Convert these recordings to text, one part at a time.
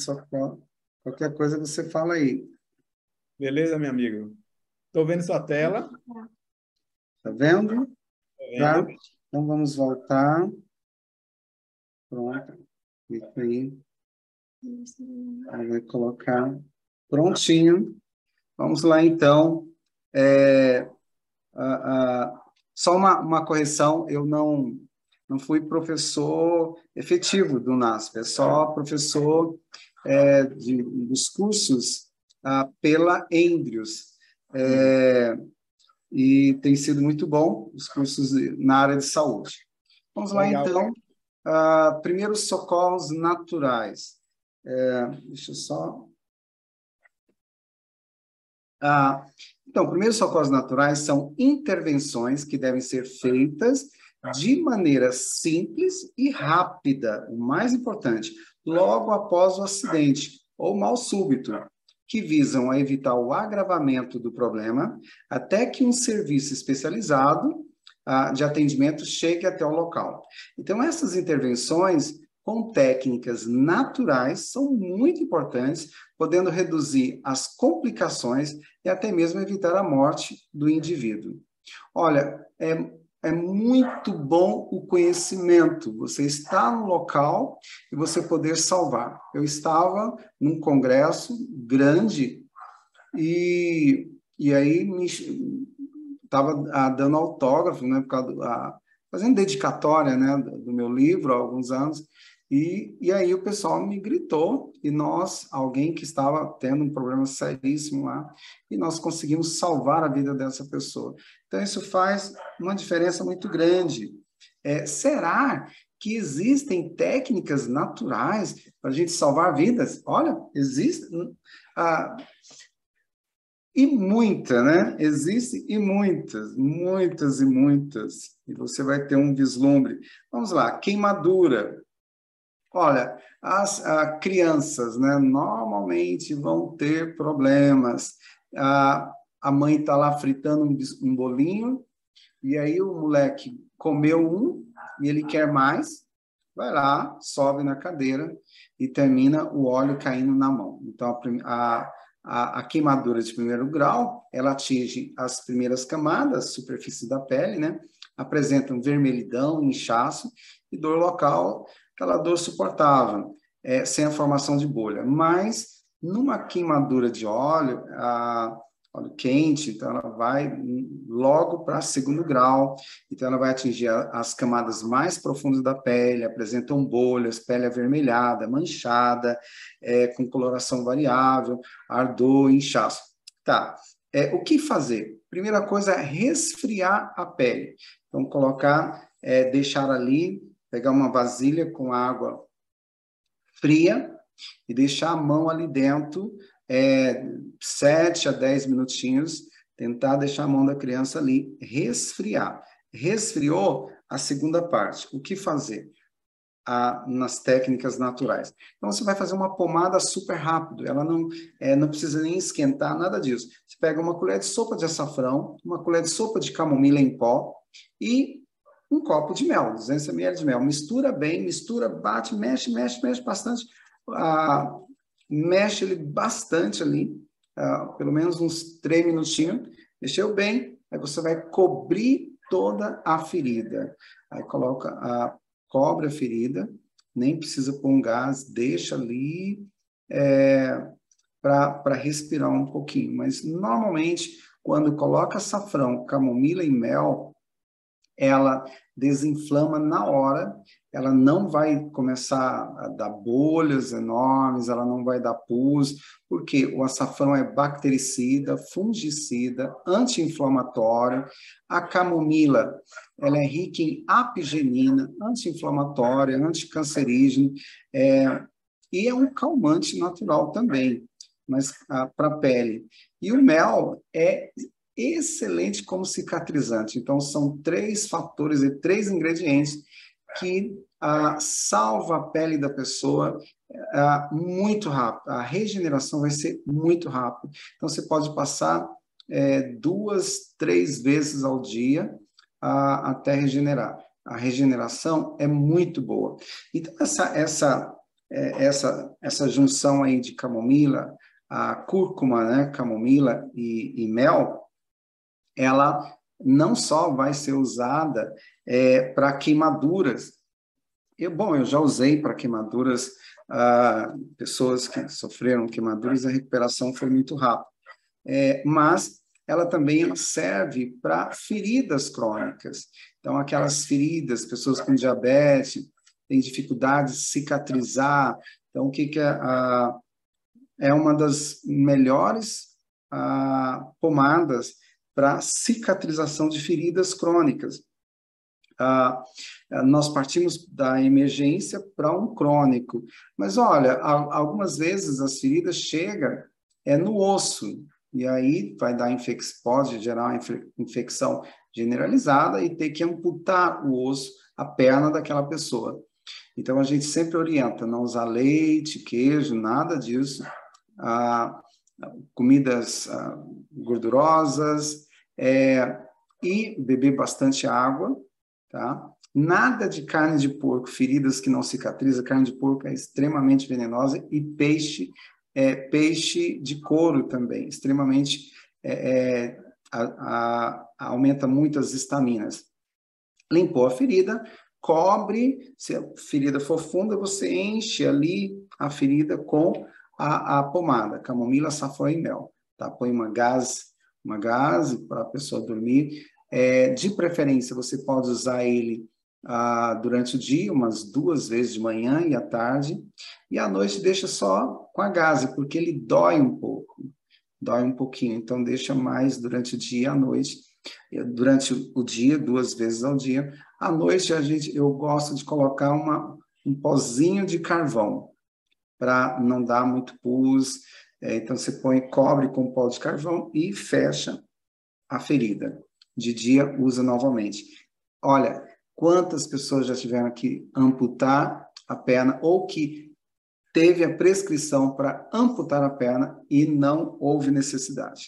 qualquer coisa você fala aí. Beleza, meu amigo? Estou vendo sua tela. Tá vendo? Tô Tá? vendo. Então, vamos voltar. Pronto. Clica aí. Aí vai colocar prontinho. Vamos lá, então. Só uma correção, eu não fui professor efetivo do NASP, é só professor dos cursos pela Embryos. E tem sido muito bom os cursos na área de saúde. Vamos lá, Legal. então. Primeiros socorros naturais. Deixa eu só... Então, primeiros socorros naturais são intervenções que devem ser feitas de maneira simples e rápida, o mais importante, logo após o acidente ou mal súbito, que visam a evitar o agravamento do problema até que um serviço especializado de atendimento chegue até o local. Então, essas intervenções com técnicas naturais são muito importantes, podendo reduzir as complicações e até mesmo evitar a morte do indivíduo. Olha, é muito bom o conhecimento, você está no local e você poder salvar. Eu estava num congresso grande e aí estava dando autógrafo, né, por causa fazendo dedicatória, né, do meu livro há alguns anos, e aí o pessoal me gritou, e alguém que estava tendo um problema seríssimo lá, e nós conseguimos salvar a vida dessa pessoa. Então, isso faz uma diferença muito grande. Será que existem técnicas naturais para a gente salvar vidas? Olha, existem. E muita, né? Existem e muitas, muitas e muitas. E você vai ter um vislumbre. Vamos lá, queimadura. Olha, as crianças, né, normalmente vão ter problemas. A mãe está lá fritando um bolinho, e aí o moleque comeu um, e ele quer mais, vai lá, sobe na cadeira e termina o óleo caindo na mão. Então, a queimadura de primeiro grau, ela atinge as primeiras camadas, superfície da pele, né? Apresentam vermelhidão, inchaço e dor local, aquela dor suportável, sem a formação de bolha. Mas, numa queimadura de óleo quente, então ela vai logo para segundo grau, então ela vai atingir as camadas mais profundas da pele, apresentam bolhas, pele avermelhada, manchada, com coloração variável, ardor, inchaço. Tá, o que fazer? Primeira coisa é resfriar a pele. Então, deixar ali, pegar uma vasilha com água fria e deixar a mão ali dentro 7 a 10 minutinhos, tentar deixar a mão da criança ali resfriar. Resfriou a segunda parte. O que fazer? Nas técnicas naturais. Então, você vai fazer uma pomada super rápido, ela não precisa nem esquentar, nada disso. Você pega uma colher de sopa de açafrão, uma colher de sopa de camomila em pó e um copo de mel, 200 ml de mel. Mistura bem, mistura, bate, mexe bastante. Mexe ele bastante ali, pelo menos uns 3 minutinhos. Mexeu bem, aí você vai cobrir toda a ferida. Aí cobre a ferida, nem precisa pôr um gás, deixa ali para respirar um pouquinho. Mas, normalmente, quando coloca açafrão, camomila e mel, ela desinflama na hora, ela não vai começar a dar bolhas enormes, ela não vai dar pus, porque o açafrão é bactericida, fungicida, anti-inflamatório. A camomila, ela é rica em apigenina, anti-inflamatória, anticancerígeno, e é um calmante natural também, mas para a pele. E o mel é excelente como cicatrizante. Então, são 3 fatores e 3 ingredientes que salva a pele da pessoa muito rápido. A regeneração vai ser muito rápida. Então, você pode passar 2, 3 vezes ao dia até regenerar. A regeneração é muito boa. Então, essa essa junção aí de camomila, a cúrcuma, né, camomila e mel, ela não só vai ser usada para queimaduras. Eu já usei para queimaduras, pessoas que sofreram queimaduras, a recuperação foi muito rápida. Mas ela também serve para feridas crônicas. Então, aquelas feridas, pessoas com diabetes, têm dificuldade de cicatrizar. Então, o que é uma das melhores pomadas para cicatrização de feridas crônicas. Nós partimos da emergência para um crônico. Mas, olha, algumas vezes as feridas chegam no osso, e aí pode gerar uma infecção generalizada e ter que amputar o osso, a perna daquela pessoa. Então, a gente sempre orienta não usar leite, queijo, nada disso. Comidas gordurosas e beber bastante água, tá? Nada de carne de porco, feridas que não cicatrizam. Carne de porco é extremamente venenosa, e peixe de couro também, extremamente aumenta muito as estaminas. Limpou a ferida, cobre, se a ferida for funda, você enche ali a ferida com a pomada, camomila, açafrão e mel, tá? Põe uma gaze para a pessoa dormir. De preferência, você pode usar ele durante o dia, umas 2 vezes de manhã e à tarde, e à noite deixa só com a gaze, porque ele dói um pouquinho, então deixa mais durante o dia e à noite. Durante o dia, 2 vezes ao dia. À noite, eu gosto de colocar um pozinho de carvão, para não dar muito pus. Então, você cobre com pó de carvão e fecha a ferida. De dia, usa novamente. Olha, quantas pessoas já tiveram que amputar a perna ou que teve a prescrição para amputar a perna e não houve necessidade.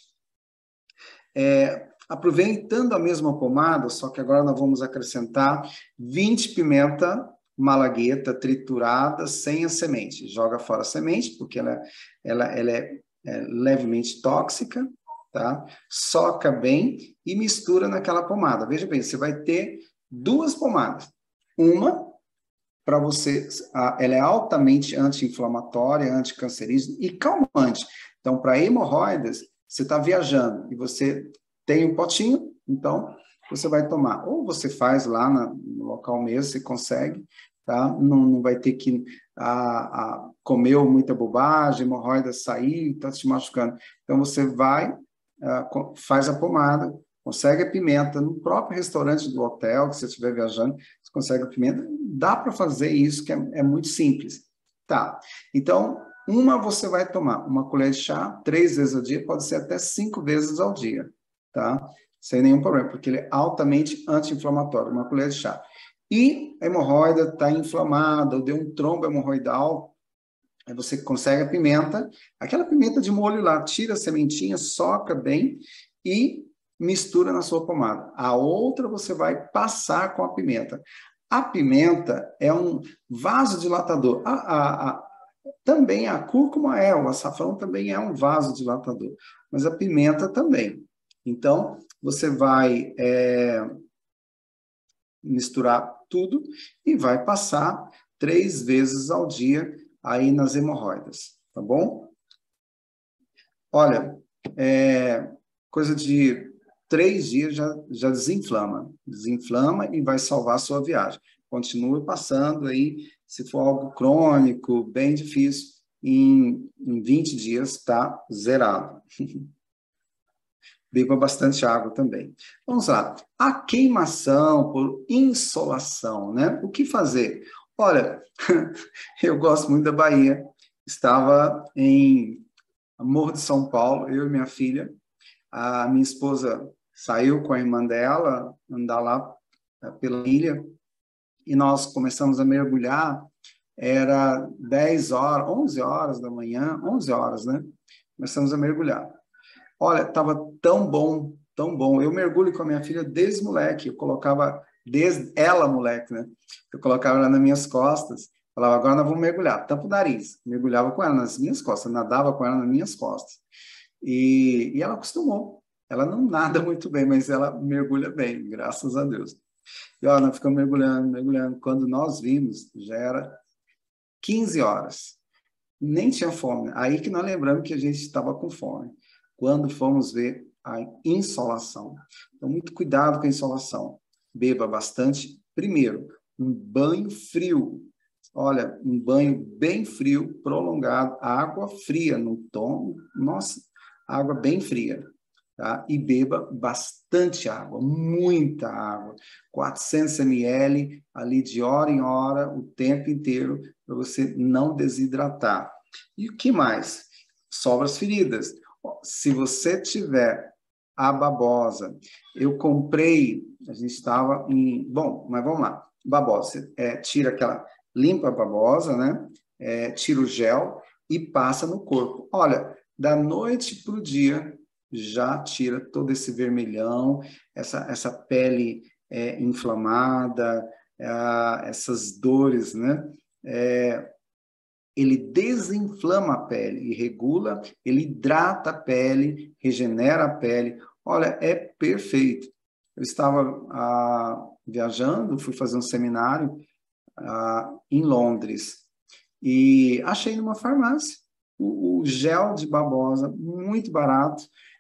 Aproveitando a mesma pomada, só que agora nós vamos acrescentar 20 pimenta malagueta triturada sem a semente. Joga fora a semente, porque ela é levemente tóxica, tá? Soca bem e mistura naquela pomada. Veja bem, você vai ter 2 pomadas. Uma para você, ela é altamente anti-inflamatória, anticancerígena e calmante. Então, para hemorroidas, você está viajando e você tem um potinho, então você vai tomar. Ou você faz lá no local mesmo, você consegue, tá? Não vai ter que comer muita bobagem, hemorroida sair, está te machucando. Então, você vai, faz a pomada, consegue a pimenta no próprio restaurante do hotel, que você estiver viajando, você consegue a pimenta. Dá para fazer isso, que é muito simples. Tá, então, você vai tomar uma colher de chá 3 vezes ao dia, pode ser até 5 vezes ao dia, tá? Sem nenhum problema, porque ele é altamente anti-inflamatório, uma colher de chá. E a hemorroida está inflamada, ou deu um trombo hemorroidal, aí você consegue a pimenta, aquela pimenta de molho lá, tira a sementinha, soca bem e mistura na sua pomada. A outra você vai passar com a pimenta. A pimenta é um vasodilatador. Também a cúrcuma o açafrão também é um vasodilatador, mas a pimenta também. Então, você vai misturar tudo e vai passar 3 vezes ao dia aí nas hemorroidas, tá bom? Olha, coisa de 3 dias já desinflama e vai salvar a sua viagem. Continue passando aí, se for algo crônico, bem difícil, em 20 dias está zerado. Beba bastante água também. Vamos lá. A queimação por insolação, né? O que fazer? Olha, eu gosto muito da Bahia. Estava em Morro de São Paulo, eu e minha filha. A minha esposa saiu com a irmã dela, andar lá pela ilha, e nós começamos a mergulhar. Era 10 horas, 11 horas da manhã, 11 horas, né? Começamos a mergulhar. Olha, estava tão bom, tão bom. Eu mergulho com a minha filha desde moleque. Eu colocava, desde ela moleque, né? Eu colocava ela nas minhas costas Falava, agora nós vamos mergulhar. Tampa o nariz. Mergulhava com ela nas minhas costas, nadava com ela nas minhas costas. E ela acostumou. Ela não nada muito bem, mas ela mergulha bem, graças a Deus. E ó, nós ficamos mergulhando, mergulhando. Quando nós vimos, já era 15 horas. Nem tinha fome. Aí que nós lembramos que a gente estava com fome. Quando fomos ver a insolação. Então, muito cuidado com a insolação. Beba bastante. Primeiro, um banho frio. Olha, um banho bem frio, prolongado, água fria, não tome, nossa, água bem fria, tá? E beba bastante água, muita água, 400 ml, ali de hora em hora, o tempo inteiro, para você não desidratar. E o que mais? Sobras feridas. Se você tiver a babosa, eu comprei, a gente estava em... Bom, mas vamos lá. Babosa, tira aquela... Limpa a babosa, né? Tira o gel e passa no corpo. Olha, da noite para o dia, já tira todo esse vermelhão, essa pele inflamada, essas dores, né? Ele desinflama a pele e regula, ele hidrata a pele, regenera a pele. Olha, é perfeito. Eu estava viajando, fui fazer um seminário em Londres e achei numa farmácia o gel de babosa, muito barato,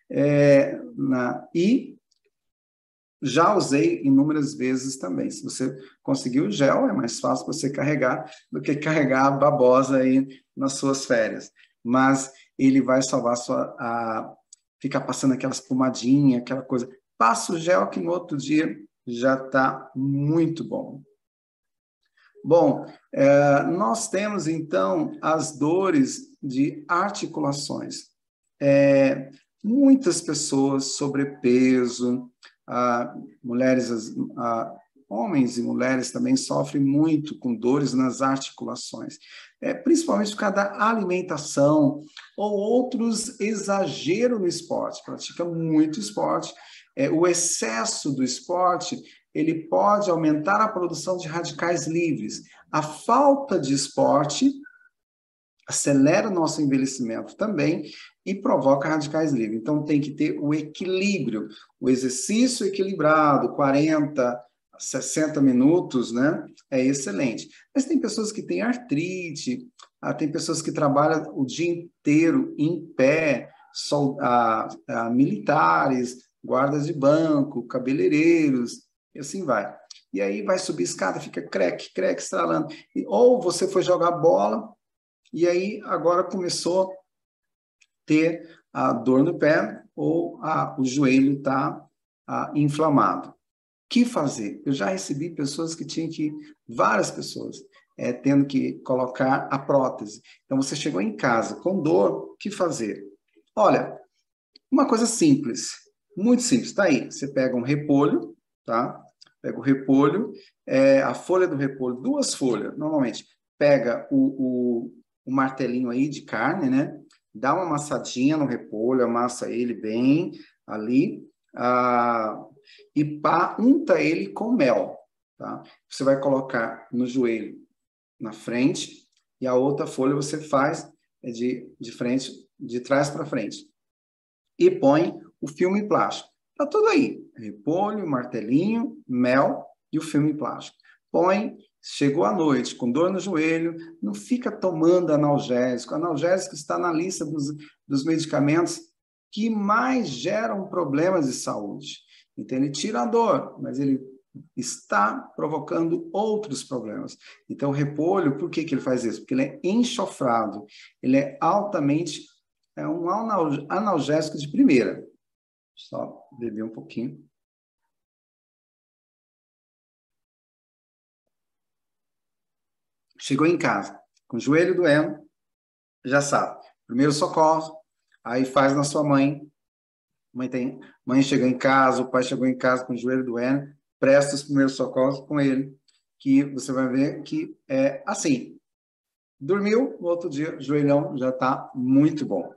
e já usei inúmeras vezes também. Se você conseguir o gel, é mais fácil você carregar do que carregar a babosa aí nas suas férias. Mas ele vai salvar ficar passando aquelas pomadinhas, aquela coisa. Passa o gel que no outro dia já está muito bom. Bom, nós temos, então, as dores de articulações. Muitas pessoas, sobrepeso, mulheres, homens e mulheres também sofrem muito com dores nas articulações, principalmente por causa da alimentação ou outros exagero no esporte, pratica muito esporte. O excesso do esporte ele pode aumentar a produção de radicais livres. A falta de esporte acelera o nosso envelhecimento também e provoca radicais livres. Então, tem que ter o equilíbrio, o exercício equilibrado, 40, 60 minutos, né? É excelente. Mas tem pessoas que têm artrite, tem pessoas que trabalham o dia inteiro em pé, militares, guardas de banco, cabeleireiros, e assim vai. E aí vai subir escada, fica creque, estralando. Ou você foi jogar bola, e aí agora começou a ter a dor no pé, ou o joelho está inflamado. O que fazer? Eu já recebi pessoas que tinham que, várias pessoas, tendo que colocar a prótese. Então, você chegou em casa com dor, o que fazer? Olha, uma coisa simples, muito simples, tá aí. Você pega um repolho, tá? Pega o repolho, a folha do repolho, 2 folhas, normalmente. Pega o martelinho aí de carne, né? Dá uma amassadinha no repolho, amassa ele bem ali, e unta ele com mel, tá? Você vai colocar no joelho na frente e a outra folha você faz de frente, de trás para frente. E põe o filme plástico. Tá tudo aí. Repolho, martelinho, mel e o filme plástico. Põe, chegou à noite, com dor no joelho, não fica tomando analgésico. Analgésico está na lista dos medicamentos que mais geram problemas de saúde. Então, ele tira a dor, mas ele está provocando outros problemas. Então, o repolho, por que ele faz isso? Porque ele é enxofrado, ele é altamente, um analgésico de primeira. Só beber um pouquinho. Chegou em casa, com o joelho doendo, já sabe. Primeiro socorro, aí faz na sua mãe. Mãe chegou em casa, o pai chegou em casa com o joelho doendo, presta os primeiros socorros com ele, que você vai ver que é assim. Dormiu, no outro dia, o joelhão já está muito bom.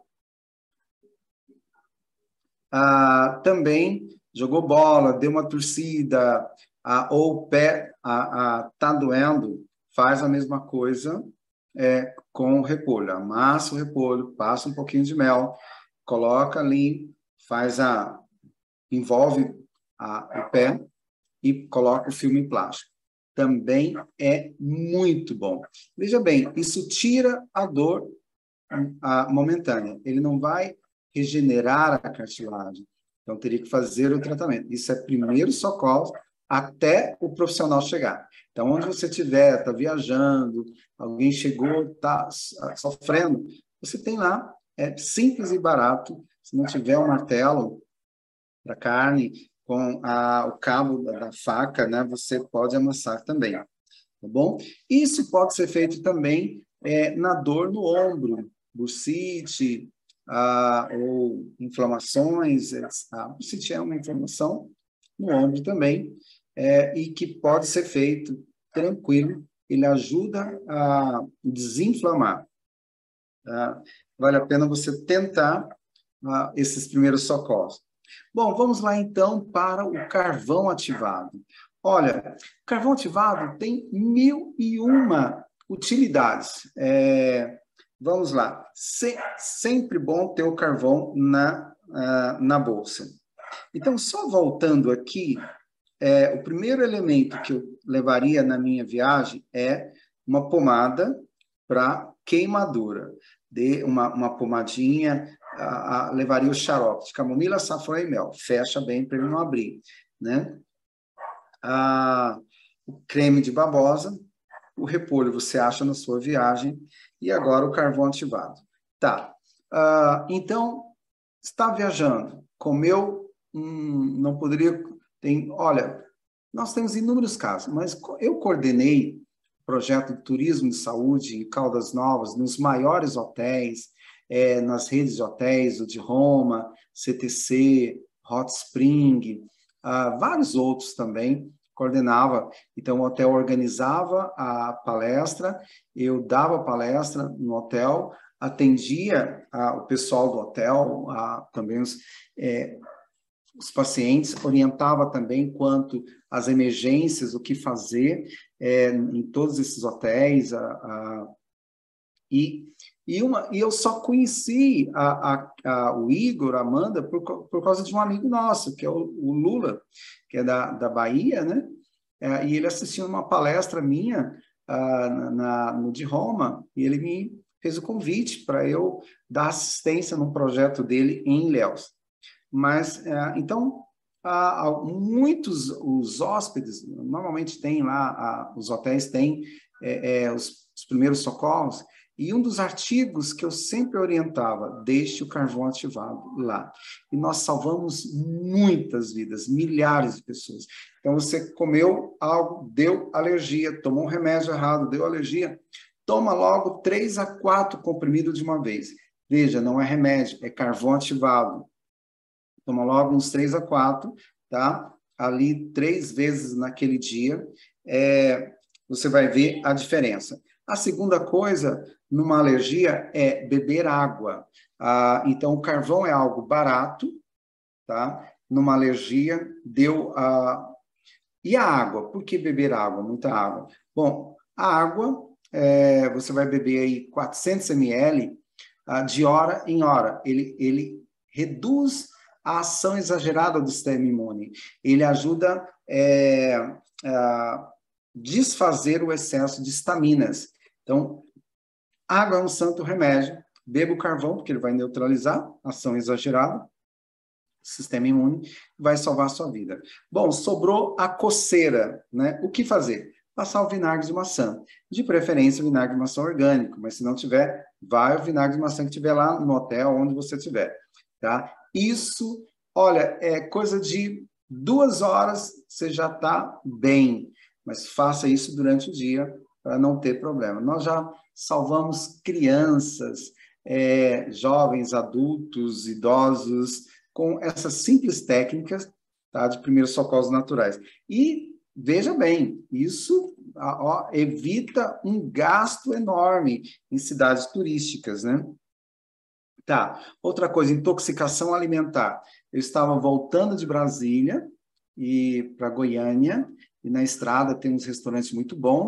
Também jogou bola, deu uma torcida, ou o pé está doendo, faz a mesma coisa com o repolho. Amassa o repolho, passa um pouquinho de mel, coloca ali, envolve o pé e coloca o filme em plástico. Também é muito bom. Veja bem, isso tira a dor momentânea. Ele não vai regenerar a cartilagem. Então, teria que fazer o tratamento. Isso é primeiro socorro até o profissional chegar. Então, onde você estiver, está viajando, alguém chegou, está sofrendo, você tem lá, é simples e barato. Se não tiver um martelo para carne, com o cabo da faca, né, você pode amassar também, tá bom? Isso pode ser feito também na dor no ombro, bursite, ou inflamações. A bursite é uma inflamação no ombro também, e que pode ser feito tranquilo, ele ajuda a desinflamar. Tá? Vale a pena você tentar esses primeiros socorros. Bom, vamos lá então para o carvão ativado. Olha, carvão ativado tem 1001 utilidades. Vamos lá. Sempre bom ter o carvão na bolsa. Então, só voltando aqui, o primeiro elemento que eu levaria na minha viagem é uma pomada para queimadura. Uma pomadinha, levaria o xarope de camomila, açafrão e mel. Fecha bem para ele não abrir, né? O creme de babosa, o repolho você acha na sua viagem, e agora o carvão ativado. Tá. Então, está viajando, comeu, não poderia... Olha, nós temos inúmeros casos, mas eu coordenei projeto de turismo de saúde em Caldas Novas, nos maiores hotéis, nas redes de hotéis, o de Roma, CTC, Hot Spring, vários outros também, coordenava. Então, o hotel organizava a palestra, eu dava palestra no hotel, atendia o pessoal do hotel, também os pacientes, orientava também quanto às emergências, o que fazer em todos esses hotéis. E eu só conheci o Igor, a Amanda, por causa de um amigo nosso, que é o Lula, que é da Bahia, né? E ele assistiu uma palestra minha no de Roma, e ele me fez o convite para eu dar assistência num projeto dele em Ilhéus. Mas, então, muitos os hóspedes, normalmente tem lá, os hotéis têm os primeiros socorros, e um dos artigos que eu sempre orientava, deixe o carvão ativado lá. E nós salvamos muitas vidas, milhares de pessoas. Então, você comeu algo, deu alergia, tomou um remédio errado, deu alergia, toma logo 3 a 4 comprimidos de uma vez. Veja, não é remédio, é carvão ativado. Toma logo uns 3 a 4, tá? Ali 3 vezes naquele dia, você vai ver a diferença. A segunda coisa, numa alergia, é beber água. Então, o carvão é algo barato, tá? Numa alergia, E a água? Por que beber água? Muita água. Bom, a água, você vai beber aí 400 ml de hora em hora. Ele reduz a ação exagerada do sistema imune. Ele ajuda a desfazer o excesso de estaminas. Então, água é um santo remédio. Beba o carvão, porque ele vai neutralizar a ação exagerada do sistema imune, vai salvar a sua vida. Bom, sobrou a coceira, né? O que fazer? Passar o vinagre de maçã. De preferência, o vinagre de maçã orgânico, mas se não tiver, vai o vinagre de maçã que tiver lá no hotel, onde você estiver, tá? Isso, olha, é coisa de 2 horas, você já está bem, mas faça isso durante o dia para não ter problema. Nós já salvamos crianças, jovens, adultos, idosos, com essas simples técnicas, tá, de primeiros socorros naturais. E, veja bem, isso evita um gasto enorme em cidades turísticas, né? Tá, outra coisa, intoxicação alimentar. Eu estava voltando de Brasília para Goiânia, e na estrada tem uns restaurantes muito bons,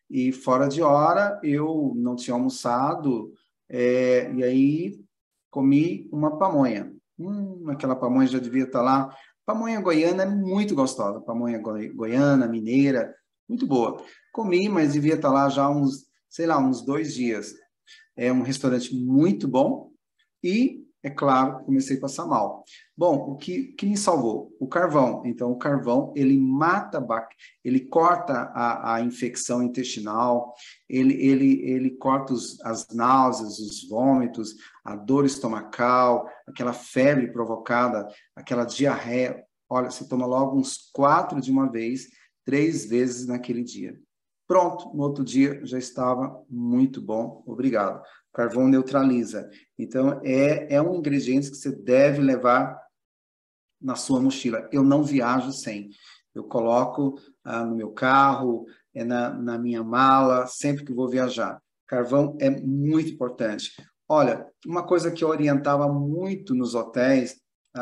e fora de hora eu não tinha almoçado, e aí comi uma pamonha. Aquela pamonha já devia estar lá. Pamonha goiana é muito gostosa, pamonha goiana, mineira, muito boa. Comi, mas devia estar lá já uns, sei lá, uns 2 dias. É um restaurante muito bom e, é claro, comecei a passar mal. Bom, o que me salvou? O carvão. Então, o carvão, ele mata, ele corta a infecção intestinal, ele corta as náuseas, os vômitos, a dor estomacal, aquela febre provocada, aquela diarreia. Olha, você toma logo uns 4 de uma vez, 3 vezes naquele dia. Pronto, no outro dia já estava muito bom, obrigado. Carvão neutraliza. Então, é um ingrediente que você deve levar na sua mochila. Eu não viajo sem. Eu coloco no meu carro, na minha mala, sempre que vou viajar. Carvão é muito importante. Olha, uma coisa que eu orientava muito nos hotéis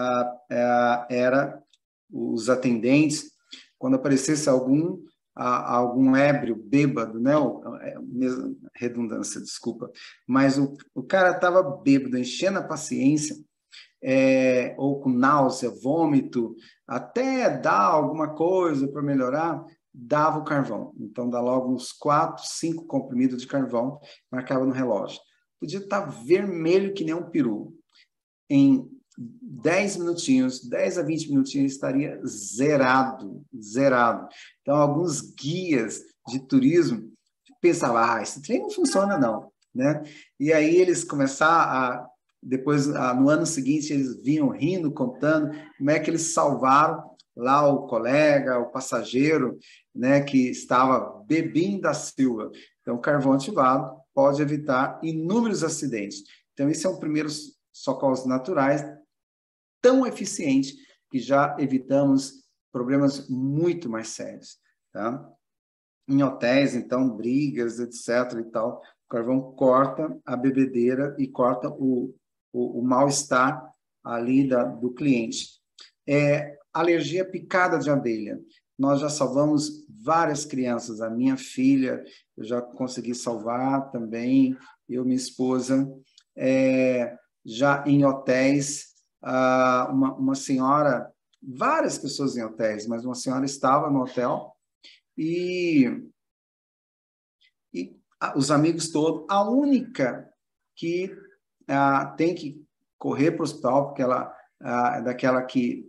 era os atendentes, quando aparecesse algum ébrio, bêbado, né? Redundância, desculpa. Mas o cara estava bêbado, enchendo a paciência, ou com náusea, vômito, até dar alguma coisa para melhorar, dava o carvão. Então, dá logo uns 4, 5 comprimidos de carvão, marcava no relógio. Podia estar vermelho que nem um peru. Em 10 minutinhos, 10 a 20 minutinhos, estaria zerado, zerado. Então, alguns guias de turismo pensavam, esse trem não funciona não, né? E aí eles começaram depois, no ano seguinte, eles vinham rindo, contando como é que eles salvaram lá o colega, o passageiro, né, que estava bebendo da Silva. Então, carvão ativado pode evitar inúmeros acidentes. Então, esse é um primeiro socorros naturais tão eficiente que já evitamos problemas muito mais sérios, tá? Em hotéis, então, brigas, etc. e tal, o carvão corta a bebedeira e corta o mal-estar ali do cliente. Alergia picada de abelha. Nós já salvamos várias crianças. A minha filha, eu já consegui salvar também, eu e minha esposa. Já em hotéis, uma senhora, várias pessoas em hotéis, mas uma senhora estava no hotel e os amigos todos, a única que tem que correr para o hospital, porque ela é daquela que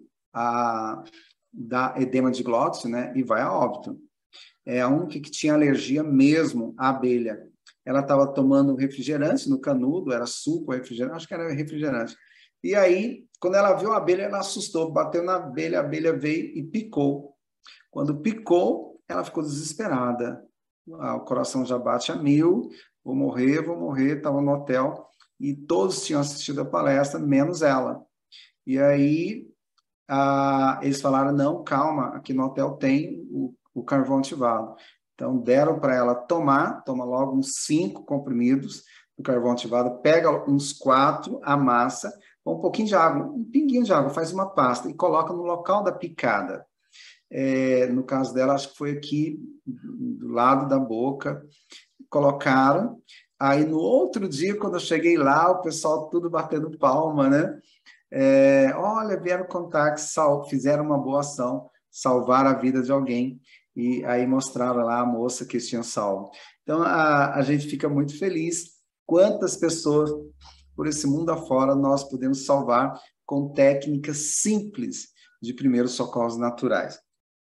dá edema de glótese, né, e vai a óbito. É a única que tinha alergia mesmo à abelha. Ela estava tomando refrigerante no canudo, era suco, refrigerante, acho que era refrigerante. E aí, quando ela viu a abelha, ela assustou, bateu na abelha, a abelha veio e picou. Quando picou, ela ficou desesperada. O coração já bate a 1000, vou morrer, estava no hotel, e todos tinham assistido a palestra, menos ela. E aí, eles falaram, não, calma, aqui no hotel tem o carvão ativado. Então, deram para ela toma logo uns 5 comprimidos do carvão ativado, pega uns 4, amassa, com um pouquinho de água, um pinguinho de água, faz uma pasta e coloca no local da picada. No caso dela, acho que foi aqui do lado da boca, colocaram. Aí, no outro dia, quando eu cheguei lá, o pessoal tudo batendo palma, né? Olha, vieram contar que fizeram uma boa ação, salvaram a vida de alguém, e aí mostraram lá a moça que eles tinham salvo. Então, a gente fica muito feliz quantas pessoas por esse mundo afora nós podemos salvar com técnicas simples de primeiros socorros naturais.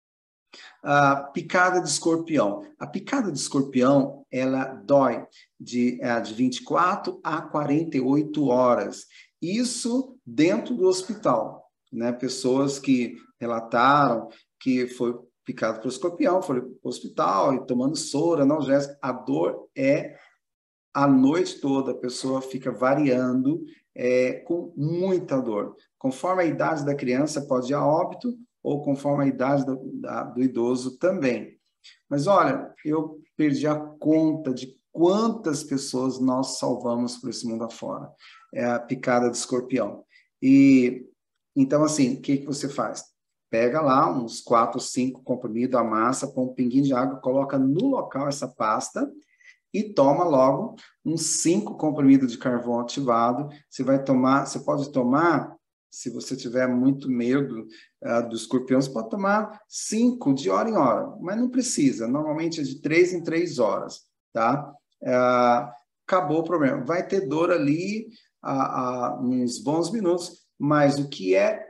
A picada de escorpião. A picada de escorpião, ela dói de 24 a 48 horas. Isso dentro do hospital, né? Pessoas que relataram que foi picado por escorpião, foram para o hospital e tomando soro, analgésico. A dor é a noite toda, a pessoa fica variando com muita dor. Conforme a idade da criança, pode ir a óbito, ou conforme a idade do idoso também. Mas olha, eu perdi a conta de quantas pessoas nós salvamos por esse mundo afora. É a picada de escorpião. E então, assim, o que você faz? pega lá uns 4 ou 5 comprimidos, amassa, põe um pinguinho de água, coloca no local essa pasta e toma logo uns 5 comprimidos de carvão ativado. Você pode tomar, se você tiver muito medo do escorpião, você pode tomar 5 de hora em hora, mas não precisa, normalmente é de 3 em 3 horas, tá? Acabou o problema. Vai ter dor ali uns bons minutos, mas o que é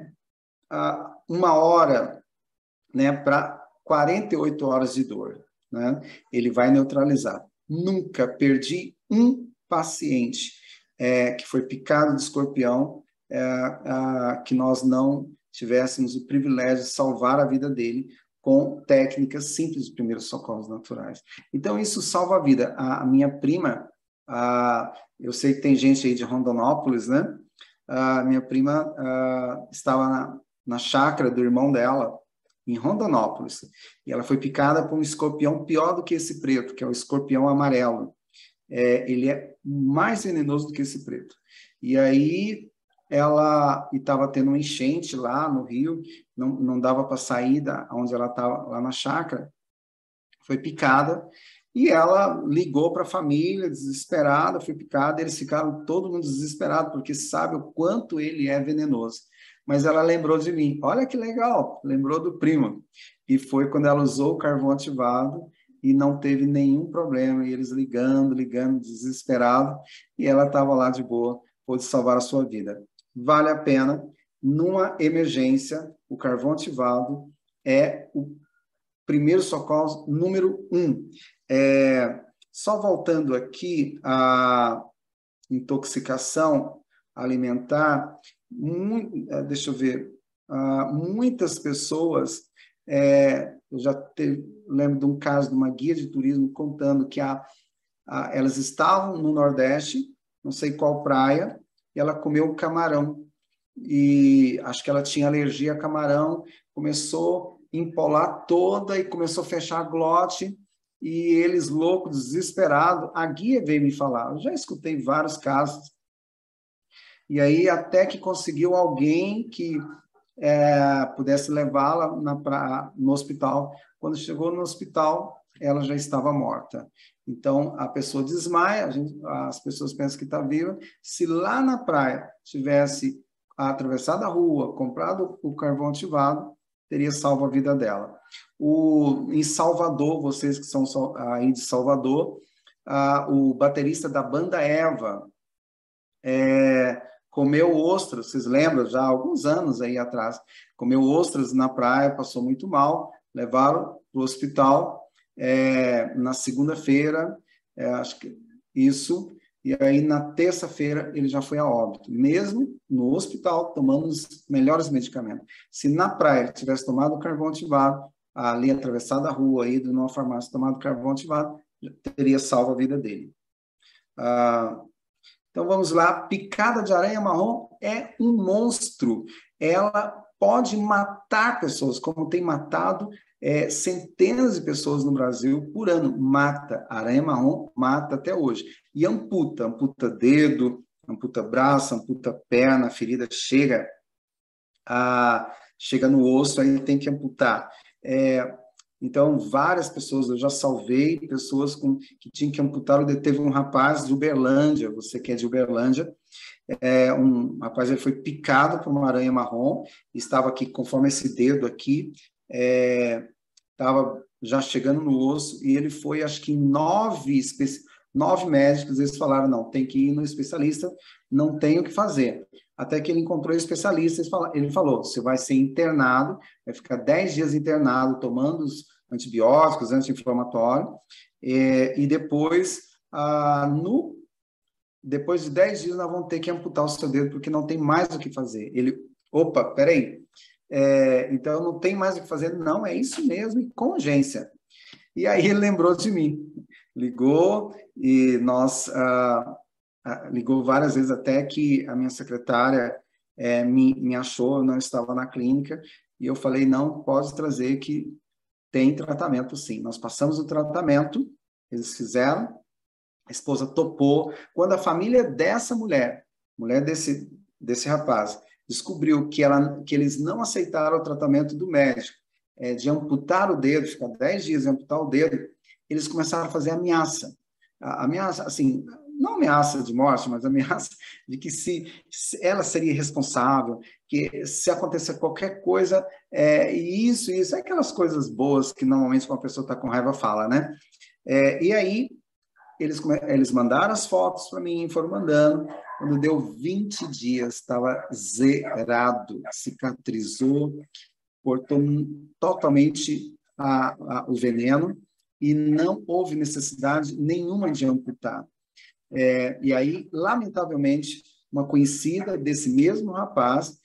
1 hora, né, para 48 horas de dor, né? Ele vai neutralizar. Nunca perdi um paciente que foi picado de escorpião que nós não tivéssemos o privilégio de salvar a vida dele com técnicas simples de primeiros socorros naturais. Então, isso salva a vida. A minha prima, eu sei que tem gente aí de Rondonópolis, né? A minha prima estava na chácara do irmão dela, em Rondonópolis, e ela foi picada por um escorpião pior do que esse preto, que é o escorpião amarelo. Ele é mais venenoso do que esse preto. E aí ela estava tendo uma enchente lá no rio, não dava para sair onde ela estava, lá na chácara, foi picada, e ela ligou para a família, desesperada, foi picada, eles ficaram todo mundo desesperado, porque sabe o quanto ele é venenoso. Mas ela lembrou de mim, olha que legal, lembrou do primo. E foi quando ela usou o carvão ativado e não teve nenhum problema, e eles ligando, desesperado, e ela estava lá de boa, pôde salvar a sua vida. Vale a pena, numa emergência, o carvão ativado é o primeiro socorro número 1. Só voltando aqui à intoxicação alimentar, deixa eu ver, muitas pessoas, eu já lembro de um caso de uma guia de turismo contando que elas estavam no Nordeste, não sei qual praia, e ela comeu camarão, e acho que ela tinha alergia a camarão, começou a empolar toda e começou a fechar a glote, e eles loucos, desesperados, a guia veio me falar, eu já escutei vários casos, e aí até que conseguiu alguém que pudesse levá-la no hospital. Quando chegou no hospital, ela já estava morta. Então, a pessoa desmaia, as pessoas pensam que está viva. Se lá na praia tivesse atravessado a rua, comprado o carvão ativado, teria salvo a vida dela. Em Salvador, vocês que são aí de Salvador, o baterista da banda Eva comeu ostras, vocês lembram, já há alguns anos aí atrás, comeu ostras na praia, passou muito mal, levaram para o hospital na segunda-feira, acho que isso, e aí na terça-feira ele já foi a óbito, mesmo no hospital, tomando os melhores medicamentos. Se na praia tivesse tomado carvão ativado, ali atravessado a rua, ido numa farmácia, tomado carvão ativado, teria salvo a vida dele. Então, vamos lá. Picada de aranha marrom é um monstro. Ela pode matar pessoas, como tem matado centenas de pessoas no Brasil por ano. Mata. Aranha marrom mata até hoje. E amputa dedo, amputa braço, amputa perna, a ferida chega no osso, aí tem que amputar. Então, várias pessoas, eu já salvei pessoas que tinham que amputar. Teve um rapaz de Uberlândia, você que é de Uberlândia, um rapaz, ele foi picado por uma aranha marrom, estava aqui, conforme esse dedo aqui, estava já chegando no osso, e ele foi, acho que 9 médicos, eles falaram, não, tem que ir no especialista, não tem o que fazer. Até que ele encontrou o especialista, ele falou, você vai ser internado, vai ficar 10 dias internado, tomando os antibióticos, anti-inflamatórios, e depois, depois de 10 dias, nós vamos ter que amputar o seu dedo, porque não tem mais o que fazer. Opa, peraí, então não tem mais o que fazer, não, é isso mesmo, e com urgência. E aí ele lembrou de mim, ligou, e nós... ligou várias vezes, até que a minha secretária me achou, eu não estava na clínica, e eu falei, não, pode trazer que tem tratamento sim. Nós passamos o tratamento, eles fizeram, a esposa topou. Quando a família dessa mulher desse rapaz, descobriu que eles não aceitaram o tratamento do médico, de amputar o dedo, ficar 10 dias e amputar o dedo, eles começaram a fazer ameaça. Ameaça, assim, não ameaça de morte, mas ameaça de que se ela seria responsável, que se acontecer qualquer coisa, isso, aquelas coisas boas que normalmente uma pessoa está com raiva fala, né? E aí, eles mandaram as fotos para mim, foram mandando. Quando deu 20 dias, estava zerado, cicatrizou, cortou totalmente o veneno e não houve necessidade nenhuma de amputar. E aí, lamentavelmente, uma conhecida desse mesmo rapaz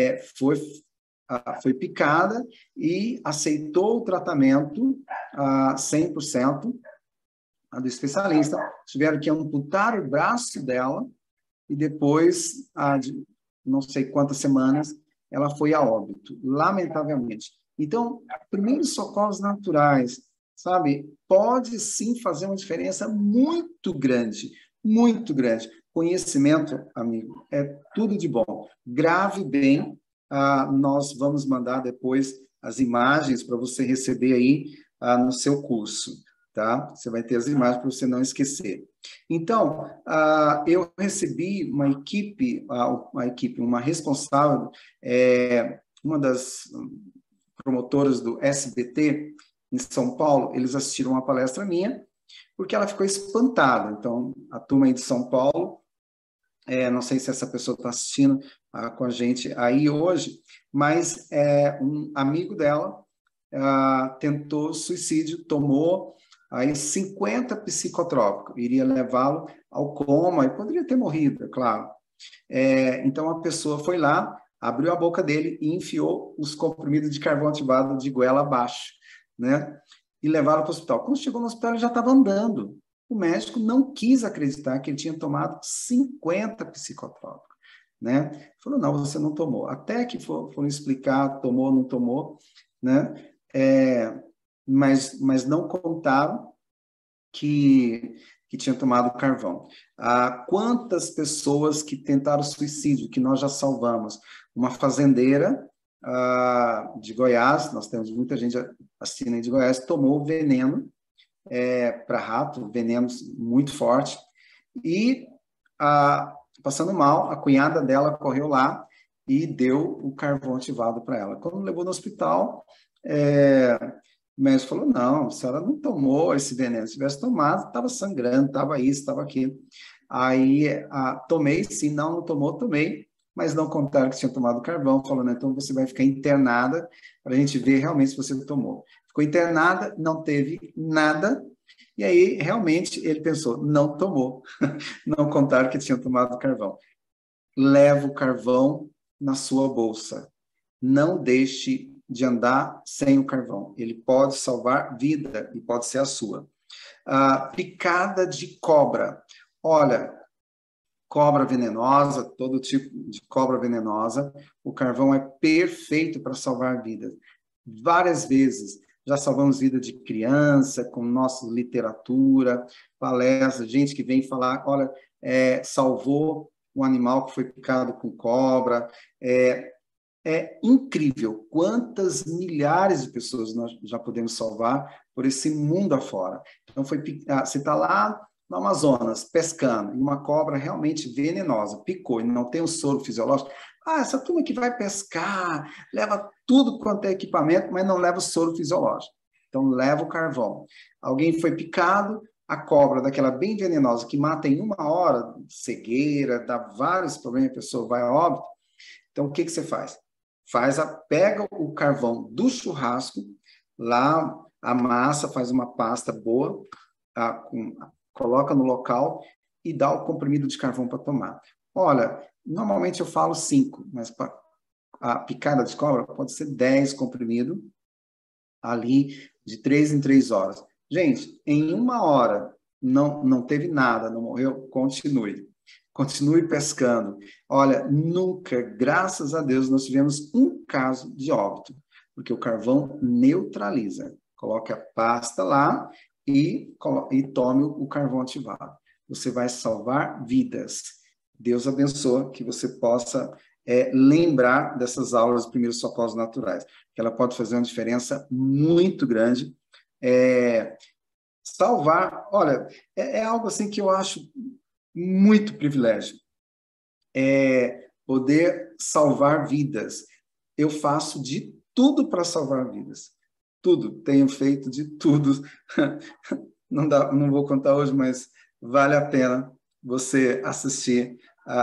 foi picada e aceitou o tratamento 100%, do especialista. Tiveram que amputar o braço dela e depois, de não sei quantas semanas, ela foi a óbito, lamentavelmente. Então, primeiros socorros naturais, sabe, pode sim fazer uma diferença muito grande, muito grande. Conhecimento, amigo, é tudo de bom. Grave bem, nós vamos mandar depois as imagens para você receber aí no seu curso, tá? Você vai ter as imagens para você não esquecer. Então, eu recebi uma responsável, uma das promotoras do SBT em São Paulo, eles assistiram uma palestra minha, porque ela ficou espantada. Então, a turma aí de São Paulo, não sei se essa pessoa está assistindo com a gente aí hoje, mas um amigo dela tentou suicídio, tomou aí 50 psicotrópicos, iria levá-lo ao coma e poderia ter morrido, é claro. Então, a pessoa foi lá, abriu a boca dele e enfiou os comprimidos de carvão ativado de goela abaixo, né? E levaram para o hospital. Quando chegou no hospital, ele já estava andando. O médico não quis acreditar que ele tinha tomado 50 psicotrópicos, né? Falou, não, você não tomou. Até que foram explicar, tomou ou não tomou, né? Mas não contaram que tinha tomado carvão. Quantas pessoas que tentaram suicídio, que nós já salvamos? Uma fazendeira de Goiás, nós temos muita gente assistindo aí de Goiás, tomou veneno para rato, veneno muito forte, e passando mal, a cunhada dela correu lá e deu o carvão ativado para ela. Quando levou no hospital, o médico falou, não, a senhora não tomou esse veneno, se tivesse tomado, estava sangrando, estava isso, estava aquilo. Aí, tomei, sim, não tomou, tomei, mas não contaram que tinha tomado carvão, falando, então você vai ficar internada para a gente ver realmente se você tomou. Ficou internada, não teve nada, e aí, realmente, ele pensou, não tomou, não contaram que tinha tomado carvão. Leva o carvão na sua bolsa, não deixe de andar sem o carvão. Ele pode salvar vida e pode ser a sua. Picada de cobra. Olha, cobra venenosa, todo tipo de cobra venenosa, o carvão é perfeito para salvar vidas. Várias vezes já salvamos vida de criança, com nossa literatura, palestra, gente que vem falar, olha, salvou um animal que foi picado com cobra. É incrível quantas milhares de pessoas nós já podemos salvar por esse mundo afora. Então, você está lá no Amazonas, pescando, e uma cobra realmente venenosa, picou, e não tem um soro fisiológico. Essa turma que vai pescar, leva tudo quanto é equipamento, mas não leva o soro fisiológico. Então, leva o carvão. Alguém foi picado, a cobra, daquela bem venenosa, que mata em 1 hora, cegueira, dá vários problemas, a pessoa vai a óbito. Então, o que você faz? Pega o carvão do churrasco, lá amassa, faz uma pasta boa, coloca no local e dá o comprimido de carvão para tomar. Olha, normalmente eu falo 5, mas a picada de cobra pode ser 10 comprimidos, ali de 3 em 3 horas. Gente, em 1 hora não teve nada, não morreu, continue. Continue pescando. Olha, nunca, graças a Deus, nós tivemos um caso de óbito, porque o carvão neutraliza. Coloque a pasta lá e tome o carvão ativado. Você vai salvar vidas. Deus abençoe que você possa lembrar dessas aulas de primeiros socorros naturais, que ela pode fazer uma diferença muito grande. Salvar, olha, é algo assim que eu acho muito privilégio, poder salvar vidas. Eu faço de tudo para salvar vidas, tudo, tenho feito de tudo. Não vou contar hoje, mas vale a pena você assistir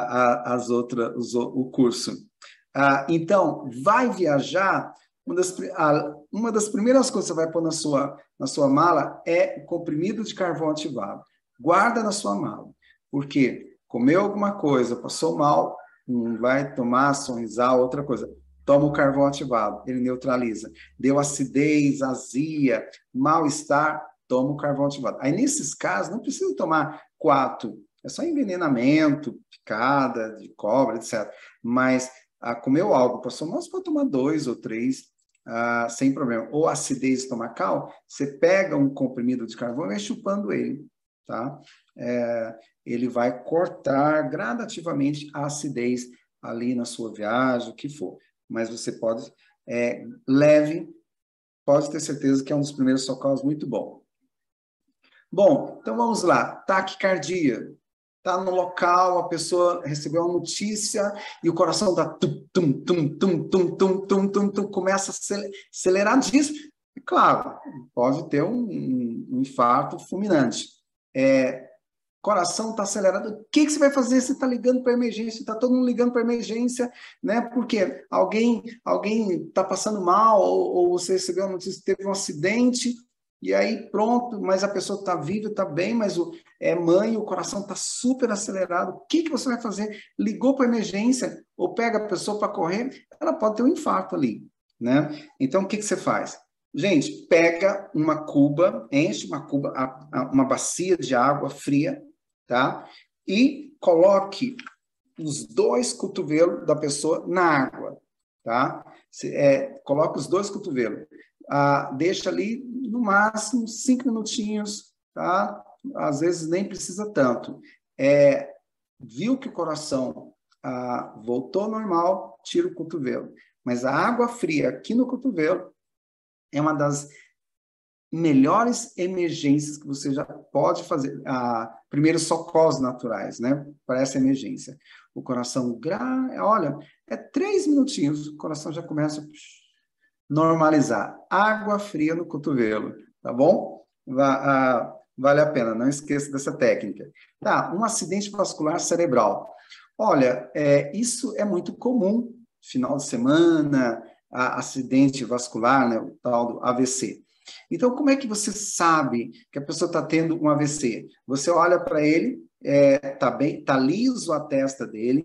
o curso. Então, vai viajar, uma das primeiras coisas que você vai pôr na sua mala é comprimido de carvão ativado. Guarda na sua mala, porque comeu alguma coisa, passou mal, não vai tomar, sorrisar, outra coisa. Toma o carvão ativado, ele neutraliza. Deu acidez, azia, mal-estar, toma o carvão ativado. Aí, nesses casos, não precisa tomar 4, é só envenenamento, picada de cobra, etc. Mas comeu algo, passou mal, você pode tomar 2 ou 3, sem problema. Ou acidez estomacal, você pega um comprimido de carvão e vai chupando ele, tá? Ele vai cortar gradativamente a acidez ali na sua viagem, o que for. Mas você pode, leve, pode ter certeza que é um dos primeiros socorros muito bom. Bom, então vamos lá. Taquicardia. Está no local, a pessoa recebeu uma notícia e o coração está começa a acelerar disso. E, claro, pode ter um infarto fulminante. Coração está acelerado. O que você vai fazer? Você está ligando para emergência, está todo mundo ligando para emergência, né? Porque alguém está passando mal, ou você recebeu uma notícia que teve um acidente, e aí pronto, mas a pessoa está viva, está bem, mas mãe, o coração está super acelerado. O que você vai fazer? Ligou para emergência, ou pega a pessoa para correr, ela pode ter um infarto ali, né? Então, o que você faz? Gente, pega uma cuba, enche uma cuba, uma bacia de água fria, tá? E coloque os 2 cotovelos da pessoa na água, tá? Coloque os 2 cotovelos. Deixa ali, no máximo, 5 minutinhos, tá? Às vezes nem precisa tanto. Viu que o coração voltou ao normal, tira o cotovelo. Mas a água fria aqui no cotovelo é uma das melhores emergências que você já pode fazer, primeiros socorros naturais, né, para essa emergência. O coração, olha, 3 minutinhos, o coração já começa a normalizar. Água fria no cotovelo, tá bom? Vale a pena, não esqueça dessa técnica. Tá, um acidente vascular cerebral. Olha, isso é muito comum, final de semana, acidente vascular, né, o tal do AVC. Então, como é que você sabe que a pessoa está tendo um AVC? Você olha para ele, tá liso a testa dele,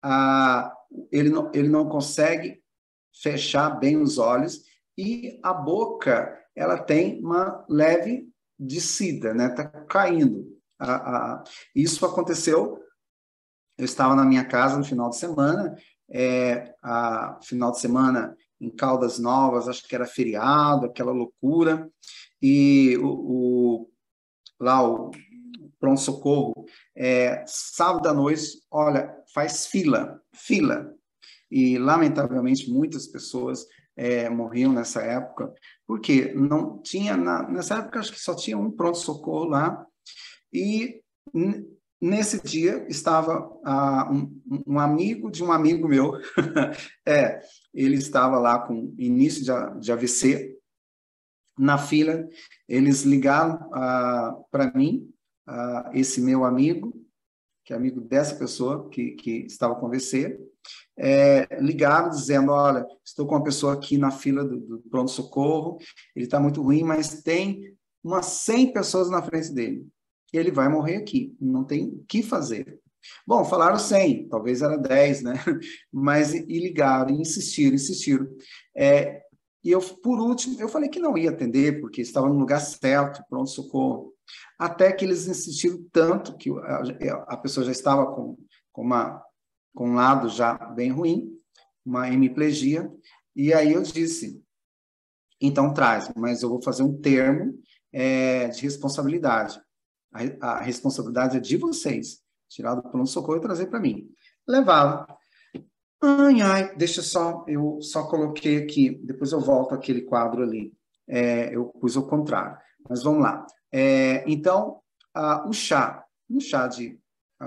ele não consegue fechar bem os olhos e a boca, ela tem uma leve descida, né? Tá caindo. Isso aconteceu, eu estava na minha casa no final de semana, final de semana em Caldas Novas, acho que era feriado, aquela loucura, e lá o pronto-socorro, sábado à noite, olha, faz fila, e lamentavelmente muitas pessoas morriam nessa época, porque não tinha, nessa época acho que só tinha um pronto-socorro lá, e nesse dia estava um amigo de um amigo meu, ele estava lá com início de AVC, na fila, eles ligaram para mim, esse meu amigo, que é amigo dessa pessoa que estava com AVC, ligaram dizendo, olha, estou com uma pessoa aqui na fila do pronto-socorro, ele está muito ruim, mas tem umas 100 pessoas na frente dele. Ele vai morrer aqui, não tem o que fazer. Bom, falaram 100, talvez era 10, né? Mas, e ligaram, e insistiram. E eu, por último, eu falei que não ia atender, porque estava no lugar certo, pronto-socorro. Até que eles insistiram tanto que a pessoa já estava com um lado já bem ruim, uma hemiplegia, e aí eu disse, então traz, mas eu vou fazer um termo de responsabilidade. A responsabilidade é de vocês, tirar do pronto-socorro e trazer para mim. Levaram. Ai, ai, deixa só, eu só coloquei aqui, depois eu volto àquele quadro ali. Eu pus o contrário, mas vamos lá. Então, o chá, um chá de...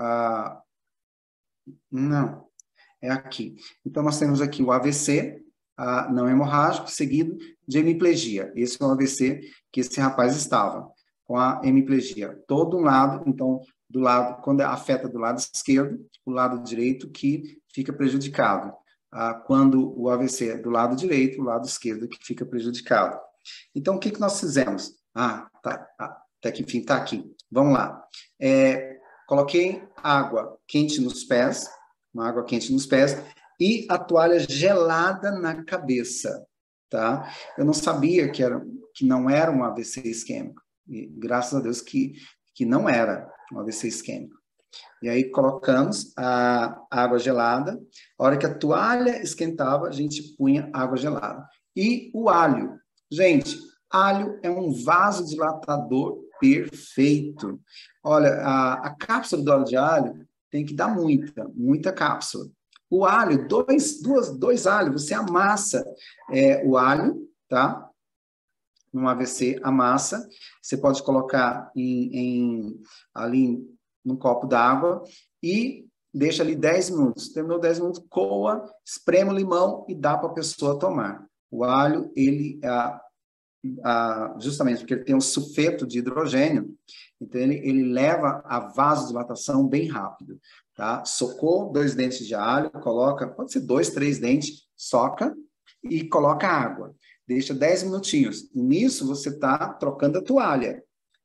não, é aqui. Então, nós temos aqui o AVC, não hemorrágico, seguido de hemiplegia. Esse é o AVC que esse rapaz estava, com a hemiplegia. Todo um lado, então, do lado, quando afeta do lado esquerdo, o lado direito que fica prejudicado. Quando o AVC é do lado direito, o lado esquerdo que fica prejudicado. Então, o que nós fizemos? Tá, até que enfim, está aqui. Vamos lá. Coloquei água quente nos pés, uma água quente nos pés, e a toalha gelada na cabeça, tá? Eu não sabia que não era um AVC isquêmico, e graças a Deus que não era um AVC isquêmico. E aí colocamos a água gelada, a hora que a toalha esquentava, a gente punha água gelada. E o alho. Gente, alho é um vasodilatador perfeito. Olha, a cápsula do óleo de alho tem que dar muita cápsula. O alho, dois alhos, você amassa o alho, tá? No AVC, amassa. Você pode colocar ali num copo d'água e deixa ali 10 minutos. Terminou 10 minutos, coa, espreme o limão e dá para a pessoa tomar. O alho, ele justamente porque ele tem um sulfeto de hidrogênio, então ele leva a vasodilatação bem rápido, tá? Socou 2 dentes de alho, coloca, pode ser 2, 3 dentes, soca e coloca água. Deixa 10 minutinhos. Nisso você está trocando a toalha.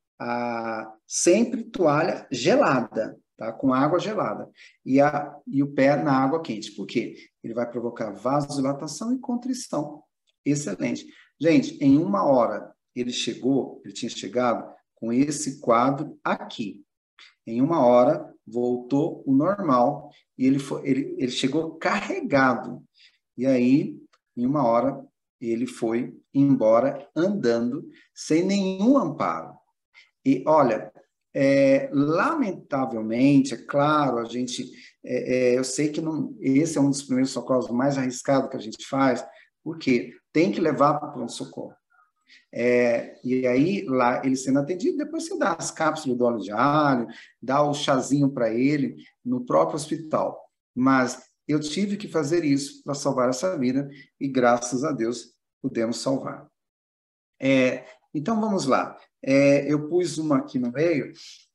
Sempre toalha gelada, tá? Com água gelada. E o pé na água quente. Por quê? Ele vai provocar vasodilatação e contrição. Excelente. Gente, em 1 hora ele tinha chegado com esse aqui. Em 1 hora voltou o normal e ele chegou carregado. E aí, em 1 hora, ele foi embora andando sem nenhum amparo. E olha, lamentavelmente, é claro, eu sei que esse é um dos primeiros socorros mais arriscados que a gente faz, porque tem que levar para o pronto-socorro. E aí, lá, ele sendo atendido, depois você dá as cápsulas do óleo de alho, dá o chazinho para ele no próprio hospital. Mas eu tive que fazer isso para salvar essa vida e, graças a Deus, pudemos salvar. Então, vamos lá. Eu pus uma aqui no meio,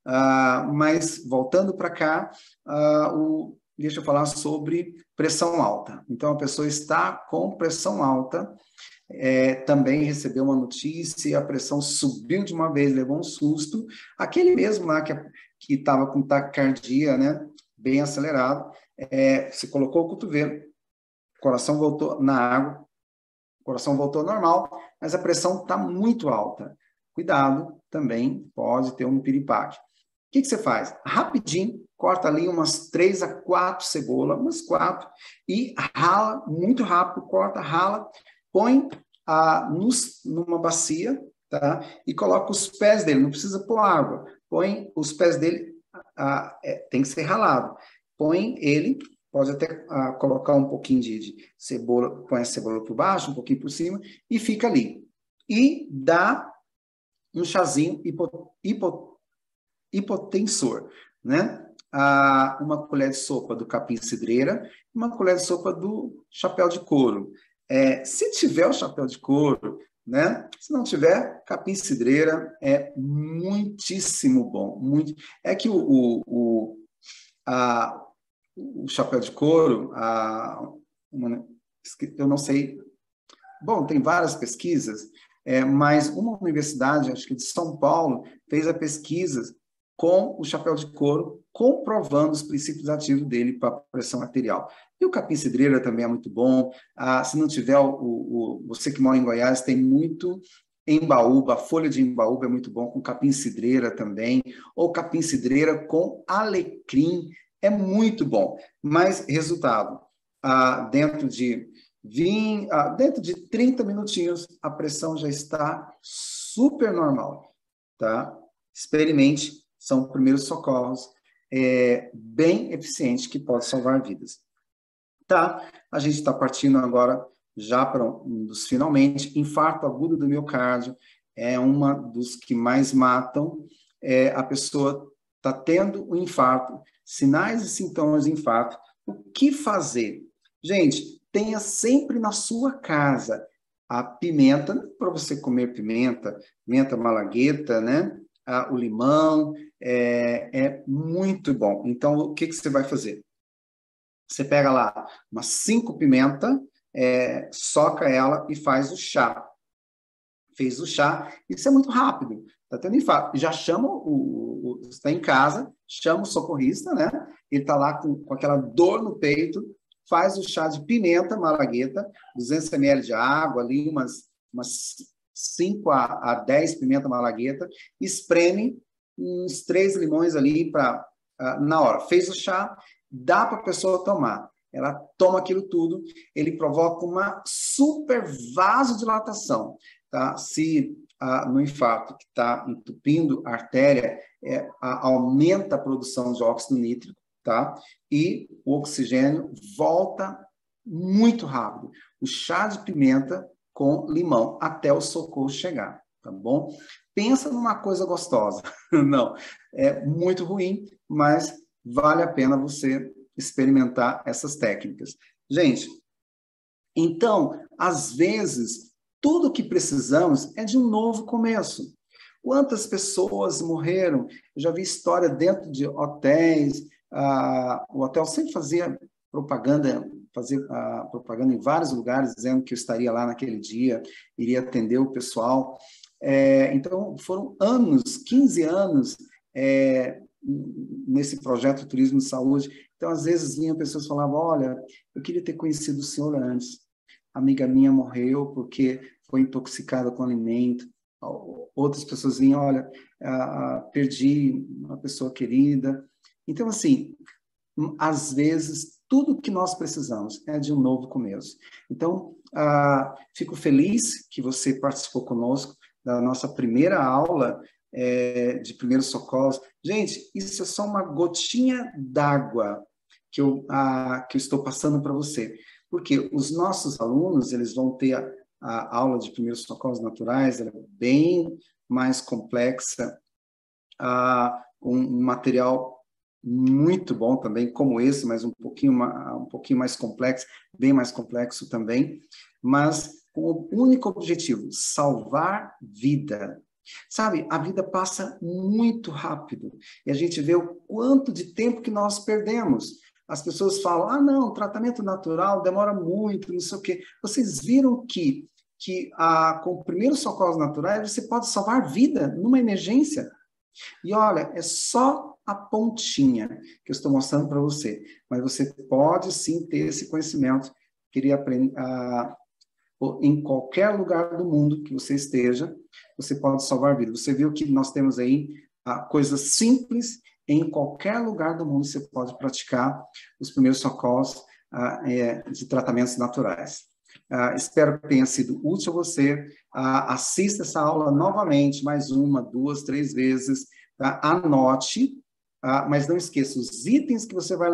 mas voltando para cá, deixa eu falar sobre pressão alta. Então, a pessoa está com pressão alta, também recebeu uma notícia, a pressão subiu de uma vez, levou um susto. Aquele mesmo lá que estava com taquicardia, né, bem acelerado, você colocou o cotovelo, o coração voltou na água, o coração voltou ao normal, mas a pressão está muito alta. Cuidado, também pode ter um piripaque. O que você faz? Rapidinho, corta ali umas 3 a 4 cebolas, umas 4, e rala muito rápido, corta, rala, põe numa bacia, tá? E coloca os pés dele, não precisa pôr água, põe os pés dele, tem que ser ralado. Põe ele, pode até colocar um pouquinho de cebola, põe a cebola por baixo, um pouquinho por cima, e fica ali. E dá um chazinho hipotensor, né? Uma colher de sopa do capim-cidreira, uma colher de sopa do chapéu de couro. Se tiver o chapéu de couro, né? Se não tiver, capim-cidreira é muitíssimo bom. É que o chapéu de couro, eu não sei. Bom, tem várias pesquisas, mas uma universidade, acho que de São Paulo, fez a pesquisa com o chapéu de couro, comprovando os princípios ativos dele para a pressão arterial. E o capim-cidreira também é muito bom. Se não tiver, você que mora em Goiás, tem muito embaúba, a folha de embaúba é muito bom, com capim-cidreira também, ou capim-cidreira com alecrim, é muito bom. Mas, resultado, dentro de 30 minutinhos, a pressão já está super normal, tá? Experimente, são primeiros socorros bem eficientes que podem salvar vidas. Tá? A gente está partindo agora já para um dos finalmente. Infarto agudo do miocárdio é uma dos que mais matam. A pessoa está tendo um infarto, sinais e sintomas de infarto. O que fazer? Gente, tenha sempre na sua casa a pimenta, para você comer pimenta malagueta, né? O limão, é muito bom. Então, o que você vai fazer? Você pega lá umas 5 pimentas, soca ela e faz o chá. Fez o chá, isso é muito rápido. Está tendo infarto. Já chama você está em casa, chama o socorrista, né? Ele está lá com aquela dor no peito, faz o chá de pimenta malagueta, 200 ml de água, ali umas 5 a 10 pimenta malagueta, espreme uns 3 limões ali na hora. Fez o chá, dá para a pessoa tomar. Ela toma aquilo tudo, ele provoca uma super vasodilatação. Tá? Se no infarto que está entupindo a artéria, aumenta a produção de óxido nítrico, tá? E o oxigênio volta muito rápido. O chá de pimenta com limão até o socorro chegar, tá bom? Pensa numa coisa gostosa. Não, é muito ruim, mas vale a pena você experimentar essas técnicas. Gente, então, às vezes, tudo o que precisamos é de um novo começo. Quantas pessoas morreram? Eu já vi história dentro de hotéis. O hotel sempre fazia propaganda em vários lugares, dizendo que eu estaria lá naquele dia, iria atender o pessoal. Então, foram anos, 15 anos, nesse projeto Turismo de Saúde. Então, às vezes, vinham pessoas e falavam, olha, eu queria ter conhecido o senhor antes. A amiga minha morreu porque foi intoxicada com alimento. Outras pessoas vinham, olha, perdi uma pessoa querida. Então, assim, às vezes, tudo que nós precisamos é de um novo começo. Então, fico feliz que você participou conosco da nossa primeira aula de primeiros socorros. Gente, isso é só uma gotinha d'água que eu estou passando para você. Porque os nossos alunos, eles vão ter a aula de primeiros socorros naturais, ela é bem mais complexa, um material muito bom também, como esse, mas um pouquinho mais complexo, bem mais complexo também, mas com o único objetivo, salvar vida. Sabe, a vida passa muito rápido e a gente vê o quanto de tempo que nós perdemos. As pessoas falam, não, tratamento natural demora muito, não sei o quê. Vocês viram que com primeiros socorros naturais você pode salvar vida numa emergência? E olha, é só a pontinha que eu estou mostrando para você, mas você pode sim ter esse conhecimento, queria aprender em qualquer lugar do mundo que você esteja, você pode salvar vida. Você viu que nós temos aí coisas simples, em qualquer lugar do mundo você pode praticar os primeiros socorros de tratamentos naturais. Espero que tenha sido útil a você. Assista essa aula novamente, mais 1, 2, 3 vezes. Tá? Anote, mas não esqueça os itens que você vai